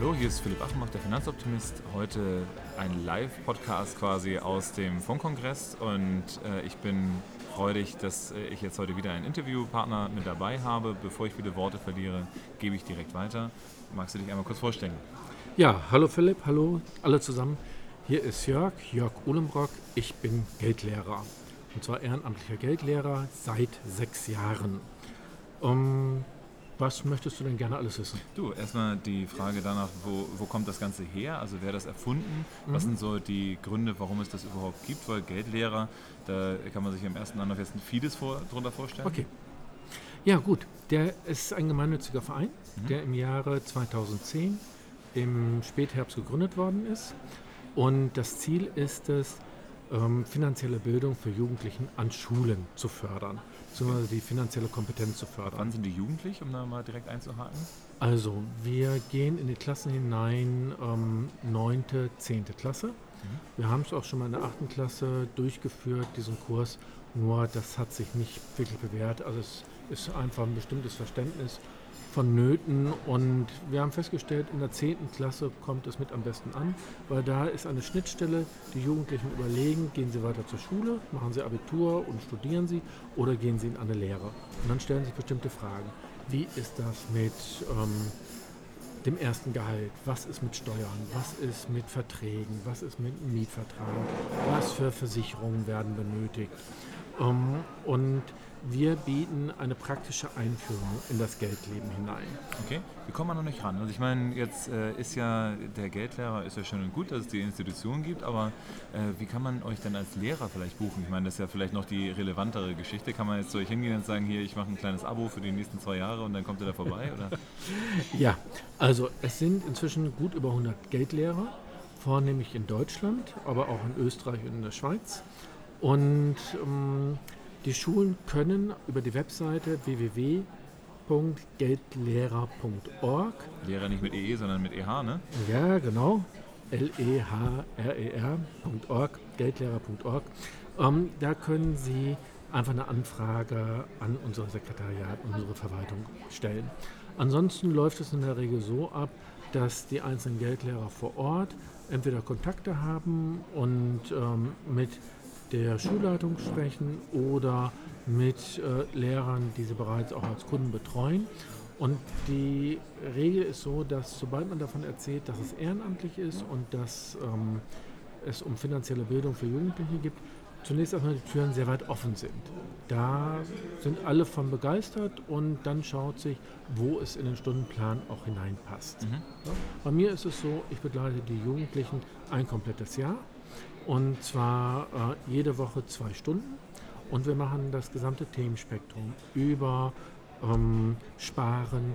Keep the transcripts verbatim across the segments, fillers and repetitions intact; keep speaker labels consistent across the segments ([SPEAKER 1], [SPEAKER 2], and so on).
[SPEAKER 1] Hallo, hier ist Philipp Achenbach, der Finanzoptimist. Heute ein Live-Podcast quasi aus dem Fondkongress und äh, ich bin freudig, dass äh, ich jetzt heute wieder einen Interviewpartner mit dabei habe. Bevor ich viele Worte verliere, gebe ich direkt weiter. Magst du dich einmal kurz vorstellen?
[SPEAKER 2] Ja, hallo Philipp, hallo alle zusammen. Hier ist Jörg, Jörg Uhlenbrock. Ich bin Geldlehrer und zwar ehrenamtlicher Geldlehrer seit sechs Jahren. Um, was möchtest du denn gerne alles wissen?
[SPEAKER 1] Du, erstmal die Frage danach, wo, wo kommt das Ganze her? Also wer hat das erfunden? Mhm. Was sind so die Gründe, warum es das überhaupt gibt? Weil Geldlehrer, da kann man sich im ersten Anlauf jetzt vieles vor, drunter vorstellen.
[SPEAKER 2] Okay. Ja gut, der ist ein gemeinnütziger Verein, mhm. der im Jahre zweitausendzehn im Spätherbst gegründet worden ist. Und das Ziel ist es, ähm, finanzielle Bildung für Jugendlichen an Schulen zu fördern, beziehungsweise die finanzielle Kompetenz zu fördern.
[SPEAKER 1] Wann sind die jugendlich, um da mal direkt einzuhaken?
[SPEAKER 2] Also, wir gehen in die Klassen hinein, ähm, neunte, zehnte Klasse. Mhm. Wir haben es auch schon mal in der achten Klasse durchgeführt, diesen Kurs, nur das hat sich nicht wirklich bewährt. Also es ist einfach ein bestimmtes Verständnis vonnöten und wir haben festgestellt, in der zehnten Klasse kommt es mit am besten an, weil da ist eine Schnittstelle, die Jugendlichen überlegen, gehen sie weiter zur Schule, machen sie Abitur und studieren sie oder gehen sie in eine Lehre. Und dann stellen sich bestimmte Fragen. Wie ist das mit ähm, dem ersten Gehalt? Was ist mit Steuern? Was ist mit Verträgen? Was ist mit Mietverträgen? Was für Versicherungen werden benötigt? Ähm, und wir bieten eine praktische Einführung in das Geldleben hinein.
[SPEAKER 1] Okay, wie kommt man noch nicht ran? Also ich meine, jetzt äh, ist ja der Geldlehrer, ist ja schön und gut, dass es die Institution gibt, aber äh, wie kann man euch denn als Lehrer vielleicht buchen? Ich meine, das ist ja vielleicht noch die relevantere Geschichte. Kann man jetzt zu euch hingehen und sagen, hier, ich mache ein kleines Abo für die nächsten zwei Jahre und dann kommt ihr da vorbei, oder?
[SPEAKER 2] Ja, also es sind inzwischen gut über hundert Geldlehrer, vornehmlich in Deutschland, aber auch in Österreich und in der Schweiz. Und ähm, die Schulen können über die Webseite w w w punkt geldlehrer punkt org.
[SPEAKER 1] Lehrer nicht mit E E, sondern mit E H, ne?
[SPEAKER 2] Ja, genau. L E H R E R punkt org, geldlehrer punkt org. Ähm, da können Sie einfach eine Anfrage an unser Sekretariat, unsere Verwaltung stellen. Ansonsten läuft es in der Regel so ab, dass die einzelnen Geldlehrer vor Ort entweder Kontakte haben und ähm, mit der Schulleitung sprechen oder mit äh, Lehrern, die sie bereits auch als Kunden betreuen. Und die Regel ist so, dass sobald man davon erzählt, dass es ehrenamtlich ist und dass ähm, es um finanzielle Bildung für Jugendliche gibt, zunächst erstmal die Türen sehr weit offen sind. Da sind alle von begeistert und dann schaut sich, wo es in den Stundenplan auch hineinpasst. Mhm. Ja? Bei mir ist es so, ich begleite die Jugendlichen ein komplettes Jahr. Und zwar äh, jede Woche zwei Stunden und wir machen das gesamte Themenspektrum über ähm, Sparen,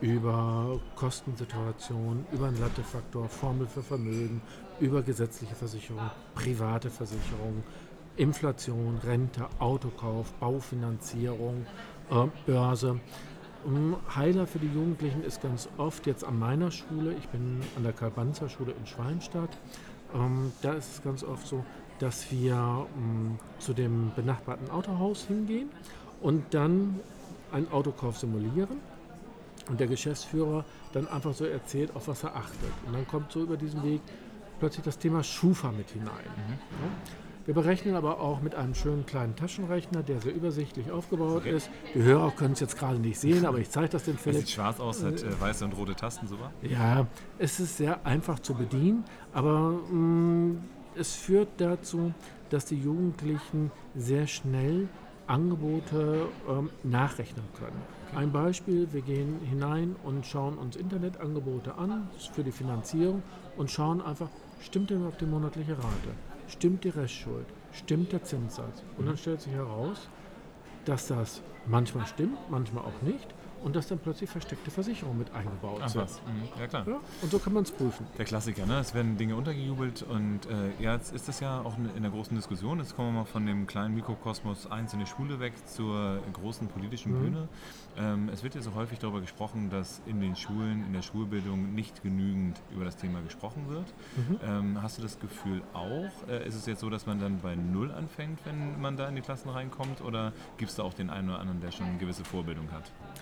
[SPEAKER 2] über Kostensituation, über einen Latte-Faktor, Formel für Vermögen, über gesetzliche Versicherung, private Versicherung, Inflation, Rente, Autokauf, Baufinanzierung, äh, Börse. Um, Heiler für die Jugendlichen ist ganz oft jetzt an meiner Schule, ich bin an der Karl-Banzer-Schule in Schwalmstadt. Ähm, da ist es ganz oft so, dass wir ähm, zu dem benachbarten Autohaus hingehen und dann einen Autokauf simulieren und der Geschäftsführer dann einfach so erzählt, auf was er achtet. Und dann kommt so über diesen Weg plötzlich das Thema Schufa mit hinein. Mhm. Ja? Wir berechnen aber auch mit einem schönen kleinen Taschenrechner, der sehr übersichtlich aufgebaut okay. ist. Die Hörer können es jetzt gerade nicht sehen, aber ich zeige das dem Philipp.
[SPEAKER 1] Das sieht schwarz aus, hat äh, weiße und rote Tasten, super.
[SPEAKER 2] Ja, es ist sehr einfach zu bedienen, aber mh, es führt dazu, dass die Jugendlichen sehr schnell Angebote ähm, nachrechnen können. Okay. Ein Beispiel, wir gehen hinein und schauen uns Internetangebote an für die Finanzierung und schauen einfach, stimmt denn überhaupt die monatliche Rate? Stimmt die Restschuld? Stimmt der Zinssatz? Und dann stellt sich heraus, dass das manchmal stimmt, manchmal auch nicht und dass dann plötzlich versteckte Versicherungen mit eingebaut
[SPEAKER 1] Ach,
[SPEAKER 2] sind.
[SPEAKER 1] Was? Mhm. Ja, klar.
[SPEAKER 2] Ja, und so kann man es prüfen.
[SPEAKER 1] Der Klassiker, ne? Es werden Dinge untergejubelt und äh, ja, jetzt ist das ja auch in der großen Diskussion. Jetzt kommen wir mal von dem kleinen Mikrokosmos einzelne Schule weg zur großen politischen mhm. Bühne. Ähm, es wird ja so häufig darüber gesprochen, dass in den Schulen, in der Schulbildung nicht genügend über das Thema gesprochen wird. Mhm. Ähm, hast du das Gefühl auch? Äh, ist es jetzt so, dass man dann bei Null anfängt, wenn man da in die Klassen reinkommt? Oder gibt es da auch den einen oder anderen, der schon eine gewisse Vorbildung hat?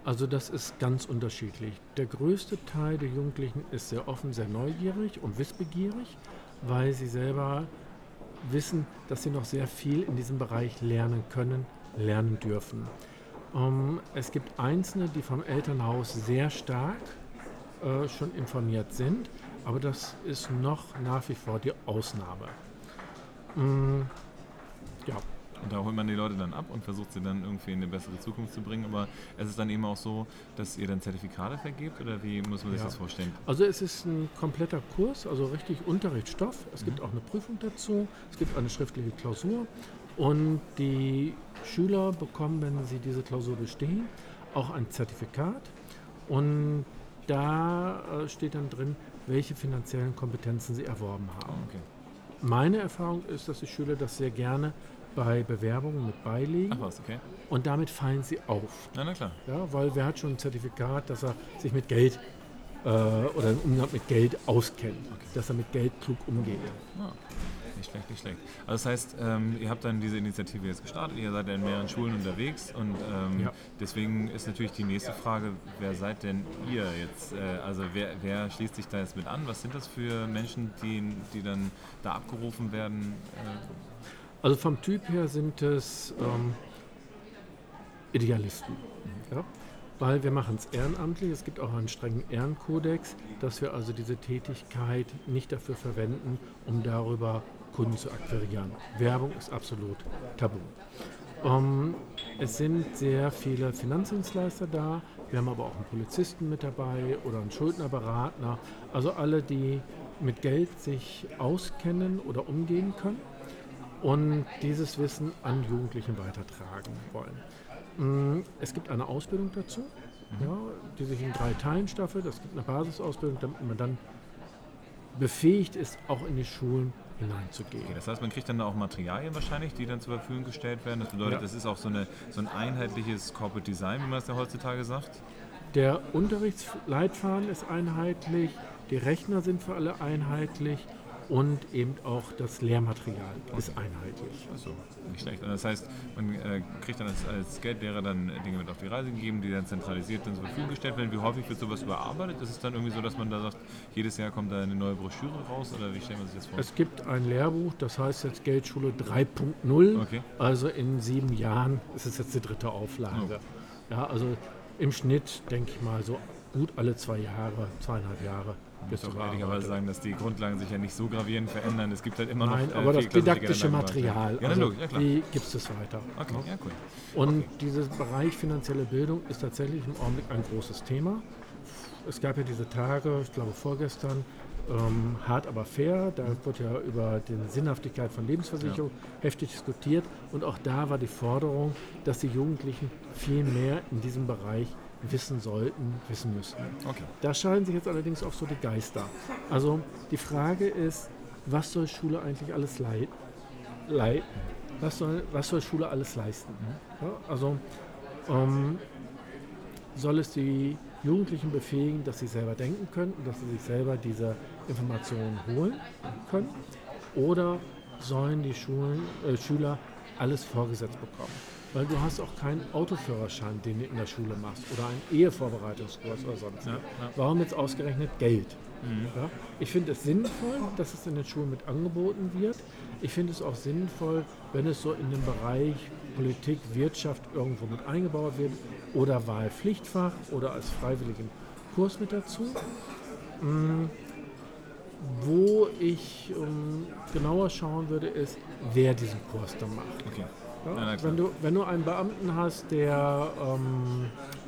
[SPEAKER 2] Also das ist ganz unterschiedlich. Der größte Teil der Jugendlichen ist sehr offen, sehr neugierig und wissbegierig, weil sie selber wissen, dass sie noch sehr viel in diesem Bereich lernen können, lernen dürfen. Ähm, es gibt Einzelne, die vom Elternhaus sehr stark äh, schon informiert sind, aber das ist noch nach wie vor die Ausnahme. Mm, ja.
[SPEAKER 1] Und da holt man die Leute dann ab und versucht sie dann irgendwie in eine bessere Zukunft zu bringen. Aber es ist dann eben auch so, dass ihr dann Zertifikate vergebt oder wie muss man sich ja. das vorstellen?
[SPEAKER 2] Also es ist ein kompletter Kurs, also richtig Unterrichtsstoff. Es mhm. gibt auch eine Prüfung dazu, es gibt eine schriftliche Klausur und die Schüler bekommen, wenn sie diese Klausur bestehen, auch ein Zertifikat. Und da äh, steht dann drin, welche finanziellen Kompetenzen sie erworben haben.
[SPEAKER 1] Oh, okay.
[SPEAKER 2] Meine Erfahrung ist, dass die Schüler das sehr gerne bei Bewerbungen mit beilegen.
[SPEAKER 1] Ach was, okay.
[SPEAKER 2] Und damit fallen sie auf.
[SPEAKER 1] Na, na klar.
[SPEAKER 2] Ja, weil wer hat schon ein Zertifikat, dass er sich mit Geld äh, oder im Umgang mit Geld auskennt, okay. dass er mit Geld klug umgeht.
[SPEAKER 1] Ah, nicht schlecht, nicht schlecht. Also das heißt, ähm, ihr habt dann diese Initiative jetzt gestartet, ihr seid ja in mehreren Schulen unterwegs und ähm, ja. deswegen ist natürlich die nächste Frage, wer seid denn ihr jetzt? Äh, also wer, wer schließt sich da jetzt mit an? Was sind das für Menschen, die, die dann da abgerufen werden? Äh,
[SPEAKER 2] Also vom Typ her sind es ähm, Idealisten, ja? Weil wir machen es ehrenamtlich, es gibt auch einen strengen Ehrenkodex, dass wir also diese Tätigkeit nicht dafür verwenden, um darüber Kunden zu akquirieren. Werbung ist absolut tabu. Ähm, es sind sehr viele Finanzdienstleister da, wir haben aber auch einen Polizisten mit dabei oder einen Schuldnerberater, also alle, die mit Geld sich auskennen oder umgehen können und dieses Wissen an Jugendlichen weitertragen wollen. Es gibt eine Ausbildung dazu, mhm. ja, die sich in drei Teilen staffelt. Es gibt eine Basisausbildung, damit man dann befähigt ist, auch in die Schulen hineinzugehen.
[SPEAKER 1] Okay, das heißt, man kriegt dann auch Materialien wahrscheinlich, die dann zur Verfügung gestellt werden. Das bedeutet, ja. das ist auch so, eine, so ein einheitliches Corporate Design, wie man das ja heutzutage sagt?
[SPEAKER 2] Der Unterrichtsleitfaden ist einheitlich, die Rechner sind für alle einheitlich. Und eben auch das Lehrmaterial okay. ist einheitlich.
[SPEAKER 1] Achso, nicht schlecht. Das heißt, man äh, kriegt dann als, als Geldlehrer dann Dinge mit auf die Reise gegeben, die dann zentralisiert dann zur Verfügung gestellt werden. Wie häufig wird sowas überarbeitet? Ist es dann irgendwie so, dass man da sagt, jedes Jahr kommt da eine neue Broschüre raus? Oder wie stellt man sich das vor?
[SPEAKER 2] Es gibt ein Lehrbuch, das heißt jetzt Geldschule drei Punkt null.
[SPEAKER 1] Okay.
[SPEAKER 2] Also in sieben Jahren ist es jetzt die dritte Auflage. Oh. Ja, also im Schnitt, denke ich mal, so gut alle zwei Jahre, zweieinhalb Jahre.
[SPEAKER 1] Ich muss auch ehrlicherweise sagen, dass die Grundlagen sich ja nicht so gravierend verändern. Es gibt halt immer
[SPEAKER 2] Nein,
[SPEAKER 1] noch...
[SPEAKER 2] Äh, aber das didaktische Material,
[SPEAKER 1] ja,
[SPEAKER 2] also
[SPEAKER 1] ja, klar.
[SPEAKER 2] die gibt es weiter.
[SPEAKER 1] Okay, ja, cool.
[SPEAKER 2] Und
[SPEAKER 1] okay.
[SPEAKER 2] dieser Bereich finanzielle Bildung ist tatsächlich im Augenblick ein großes Thema. Es gab ja diese Tage, ich glaube vorgestern, ähm, hart aber fair, da wird ja über die Sinnhaftigkeit von Lebensversicherung ja. heftig diskutiert. Und auch da war die Forderung, dass die Jugendlichen viel mehr in diesem Bereich wissen sollten, wissen müssen.
[SPEAKER 1] Okay.
[SPEAKER 2] Da scheiden sich jetzt allerdings auch so die Geister. Also die Frage ist, was soll Schule eigentlich alles leiten? Leit, was, soll, was soll Schule alles leisten? Ja, also ähm, soll es die Jugendlichen befähigen, dass sie selber denken können und dass sie sich selber diese Informationen holen können? Oder sollen die Schulen, äh, Schüler alles vorgesetzt bekommen? Weil du hast auch keinen Autoführerschein, den du in der Schule machst oder einen Ehevorbereitungskurs oder sonst. Ja, ja. Warum jetzt ausgerechnet Geld? Mhm. Ja, ich finde es sinnvoll, dass es in den Schulen mit angeboten wird. Ich finde es auch sinnvoll, wenn es so in dem Bereich Politik, Wirtschaft irgendwo mit eingebaut wird oder Wahlpflichtfach oder als freiwilligen Kurs mit dazu. Mhm. Wo ich ähm, genauer schauen würde, ist, wer diesen Kurs dann macht.
[SPEAKER 1] Okay.
[SPEAKER 2] Ja, na, wenn, du, wenn du einen Beamten hast, der ähm,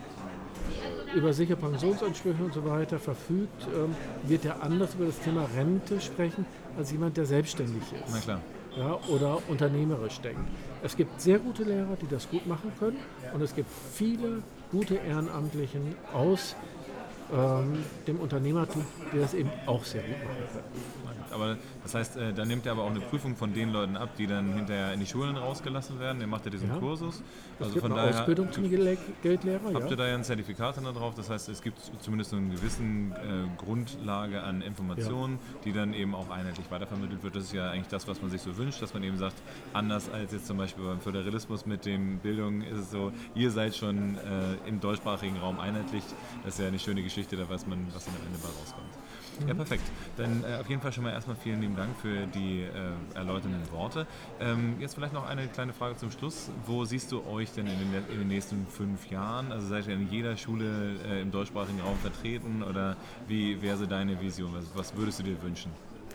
[SPEAKER 2] über sichere Pensionsansprüche und so weiter verfügt, ähm, wird er anders über das Thema Rente sprechen, als jemand, der selbstständig ist.
[SPEAKER 1] Na klar.
[SPEAKER 2] Ja, oder unternehmerisch denkt. Es gibt sehr gute Lehrer, die das gut machen können und es gibt viele gute Ehrenamtlichen aus ähm, dem Unternehmertum, die das eben auch sehr gut machen können.
[SPEAKER 1] habt. Aber das heißt, äh, dann nehmt ihr aber auch eine Prüfung von den Leuten ab, die dann hinterher in die Schulen rausgelassen werden. Ihr macht ja diesen
[SPEAKER 2] ja.
[SPEAKER 1] Kursus.
[SPEAKER 2] Es
[SPEAKER 1] Also
[SPEAKER 2] gibt
[SPEAKER 1] von
[SPEAKER 2] eine
[SPEAKER 1] daher
[SPEAKER 2] Ausbildung zum Gele- Geldlehrer.
[SPEAKER 1] habt
[SPEAKER 2] ja.
[SPEAKER 1] ihr da ja ein Zertifikat dann drauf. Das heißt, es gibt zumindest so eine gewisse äh, Grundlage an Informationen, ja. die dann eben auch einheitlich weitervermittelt wird. Das ist ja eigentlich das, was man sich so wünscht, dass man eben sagt, anders als jetzt zum Beispiel beim Föderalismus mit dem Bildung ist es so, ihr seid schon äh, im deutschsprachigen Raum einheitlich. Das ist ja eine schöne Geschichte, da weiß man, was dann am Ende bei rauskommt. Mhm. Ja, perfekt. Dann äh, auf jeden Fall schon mal erstmal vielen lieben Dank für die äh, erläuternden Worte. Ähm, jetzt vielleicht noch eine kleine Frage zum Schluss. Wo siehst du euch denn in den, in den nächsten fünf Jahren? Also seid ihr in jeder Schule äh, im deutschsprachigen Raum vertreten oder wie wäre so deine Vision? Was, was würdest du dir wünschen?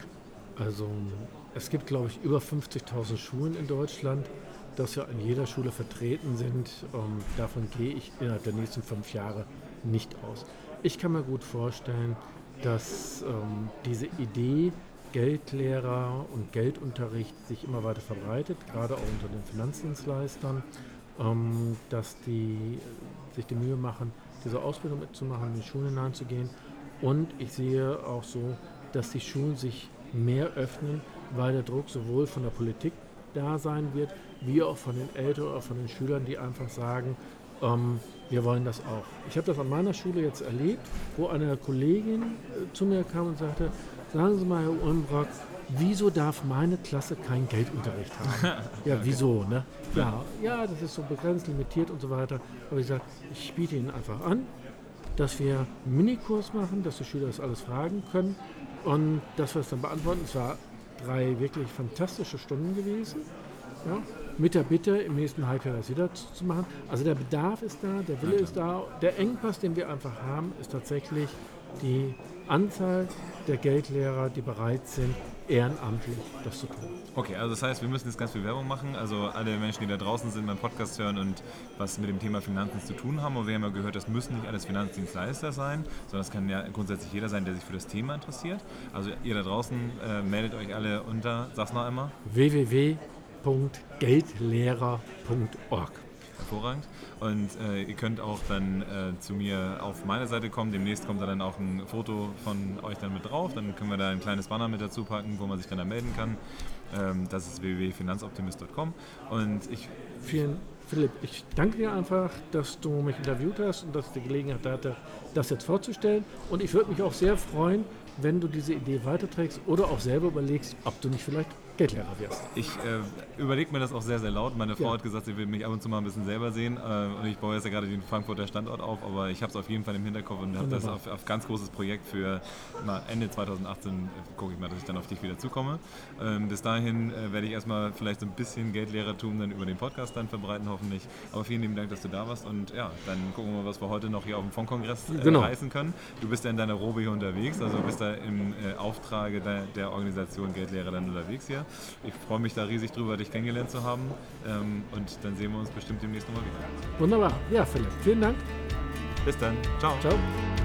[SPEAKER 2] Also es gibt, glaube ich, über fünfzigtausend Schulen in Deutschland, dass wir an jeder Schule vertreten sind. Ähm, davon gehe ich innerhalb der nächsten fünf Jahre nicht aus. Ich kann mir gut vorstellen, dass ähm, diese Idee Geldlehrer und Geldunterricht sich immer weiter verbreitet, gerade auch unter den Finanzdienstleistern, ähm, dass die sich die Mühe machen, diese Ausbildung mitzumachen, in die Schulen hineinzugehen. Und ich sehe auch so, dass die Schulen sich mehr öffnen, weil der Druck sowohl von der Politik da sein wird, wie auch von den Eltern oder von den Schülern, die einfach sagen, ähm, wir wollen das auch. Ich habe das an meiner Schule jetzt erlebt, wo eine Kollegin äh, zu mir kam und sagte, sagen Sie mal, Herr Ulmbrock, wieso darf meine Klasse keinen Geldunterricht haben? Ja, wieso? Ne? Ja, ja, das ist so begrenzt, limitiert und so weiter. Aber ich sage, ich biete Ihnen einfach an, dass wir einen Minikurs machen, dass die Schüler das alles fragen können und dass wir es dann beantworten. Es war drei wirklich fantastische Stunden gewesen. Ja, mit der Bitte, im nächsten Halbjahr das wieder zu, zu machen. Also der Bedarf ist da, der Wille ist da. Der Engpass, den wir einfach haben, ist tatsächlich die Anzahl der Geldlehrer, die bereit sind, ehrenamtlich das zu tun.
[SPEAKER 1] Okay, also das heißt, wir müssen jetzt ganz viel Werbung machen. Also alle Menschen, die da draußen sind, beim Podcast hören und was mit dem Thema Finanzen zu tun haben. Und wir haben ja gehört, das müssen nicht alles Finanzdienstleister sein, sondern es kann ja grundsätzlich jeder sein, der sich für das Thema interessiert. Also ihr da draußen äh, meldet euch alle unter, sag's noch einmal.
[SPEAKER 2] w w w punkt geldlehrer punkt org.
[SPEAKER 1] Hervorragend. Und äh, ihr könnt auch dann äh, zu mir auf meine Seite kommen. Demnächst kommt da dann auch ein Foto von euch dann mit drauf. Dann können wir da ein kleines Banner mit dazu packen, wo man sich dann da melden kann. Ähm, das ist w w w punkt finanzoptimist punkt com. Und ich...
[SPEAKER 2] Vielen Philipp, ich danke dir einfach, dass du mich interviewt hast und dass ich die Gelegenheit hatte, das jetzt vorzustellen. Und ich würde mich auch sehr freuen, wenn du diese Idee weiterträgst oder auch selber überlegst, ob du nicht vielleicht Geldlehrer wirst.
[SPEAKER 1] Ich äh, überlege mir das auch sehr, sehr laut. Meine Frau ja. hat gesagt, sie will mich ab und zu mal ein bisschen selber sehen. Äh, und ich baue jetzt ja gerade den Frankfurter Standort auf, aber ich habe es auf jeden Fall im Hinterkopf und habe das auf, auf ganz großes Projekt für na, Ende zweitausendachtzehn, äh, gucke ich mal, dass ich dann auf dich wieder zukomme. Ähm, bis dahin äh, werde ich erstmal vielleicht so ein bisschen Geldlehrertum dann über den Podcast dann verbreiten, hoffentlich. Aber vielen lieben Dank, dass du da warst und ja, dann gucken wir mal, was wir heute noch hier auf dem Fondkongress äh,
[SPEAKER 2] genau.
[SPEAKER 1] reißen können. Du bist ja in deiner Robe hier unterwegs, also bist da im äh, Auftrage der, der Organisation Geldlehrer dann unterwegs hier. Ich freue mich da riesig drüber, dich kennengelernt zu haben ähm, und dann sehen wir uns bestimmt demnächst nochmal wieder.
[SPEAKER 2] Wunderbar. Ja, Philipp, vielen Dank.
[SPEAKER 1] Bis dann. Ciao.
[SPEAKER 2] Ciao.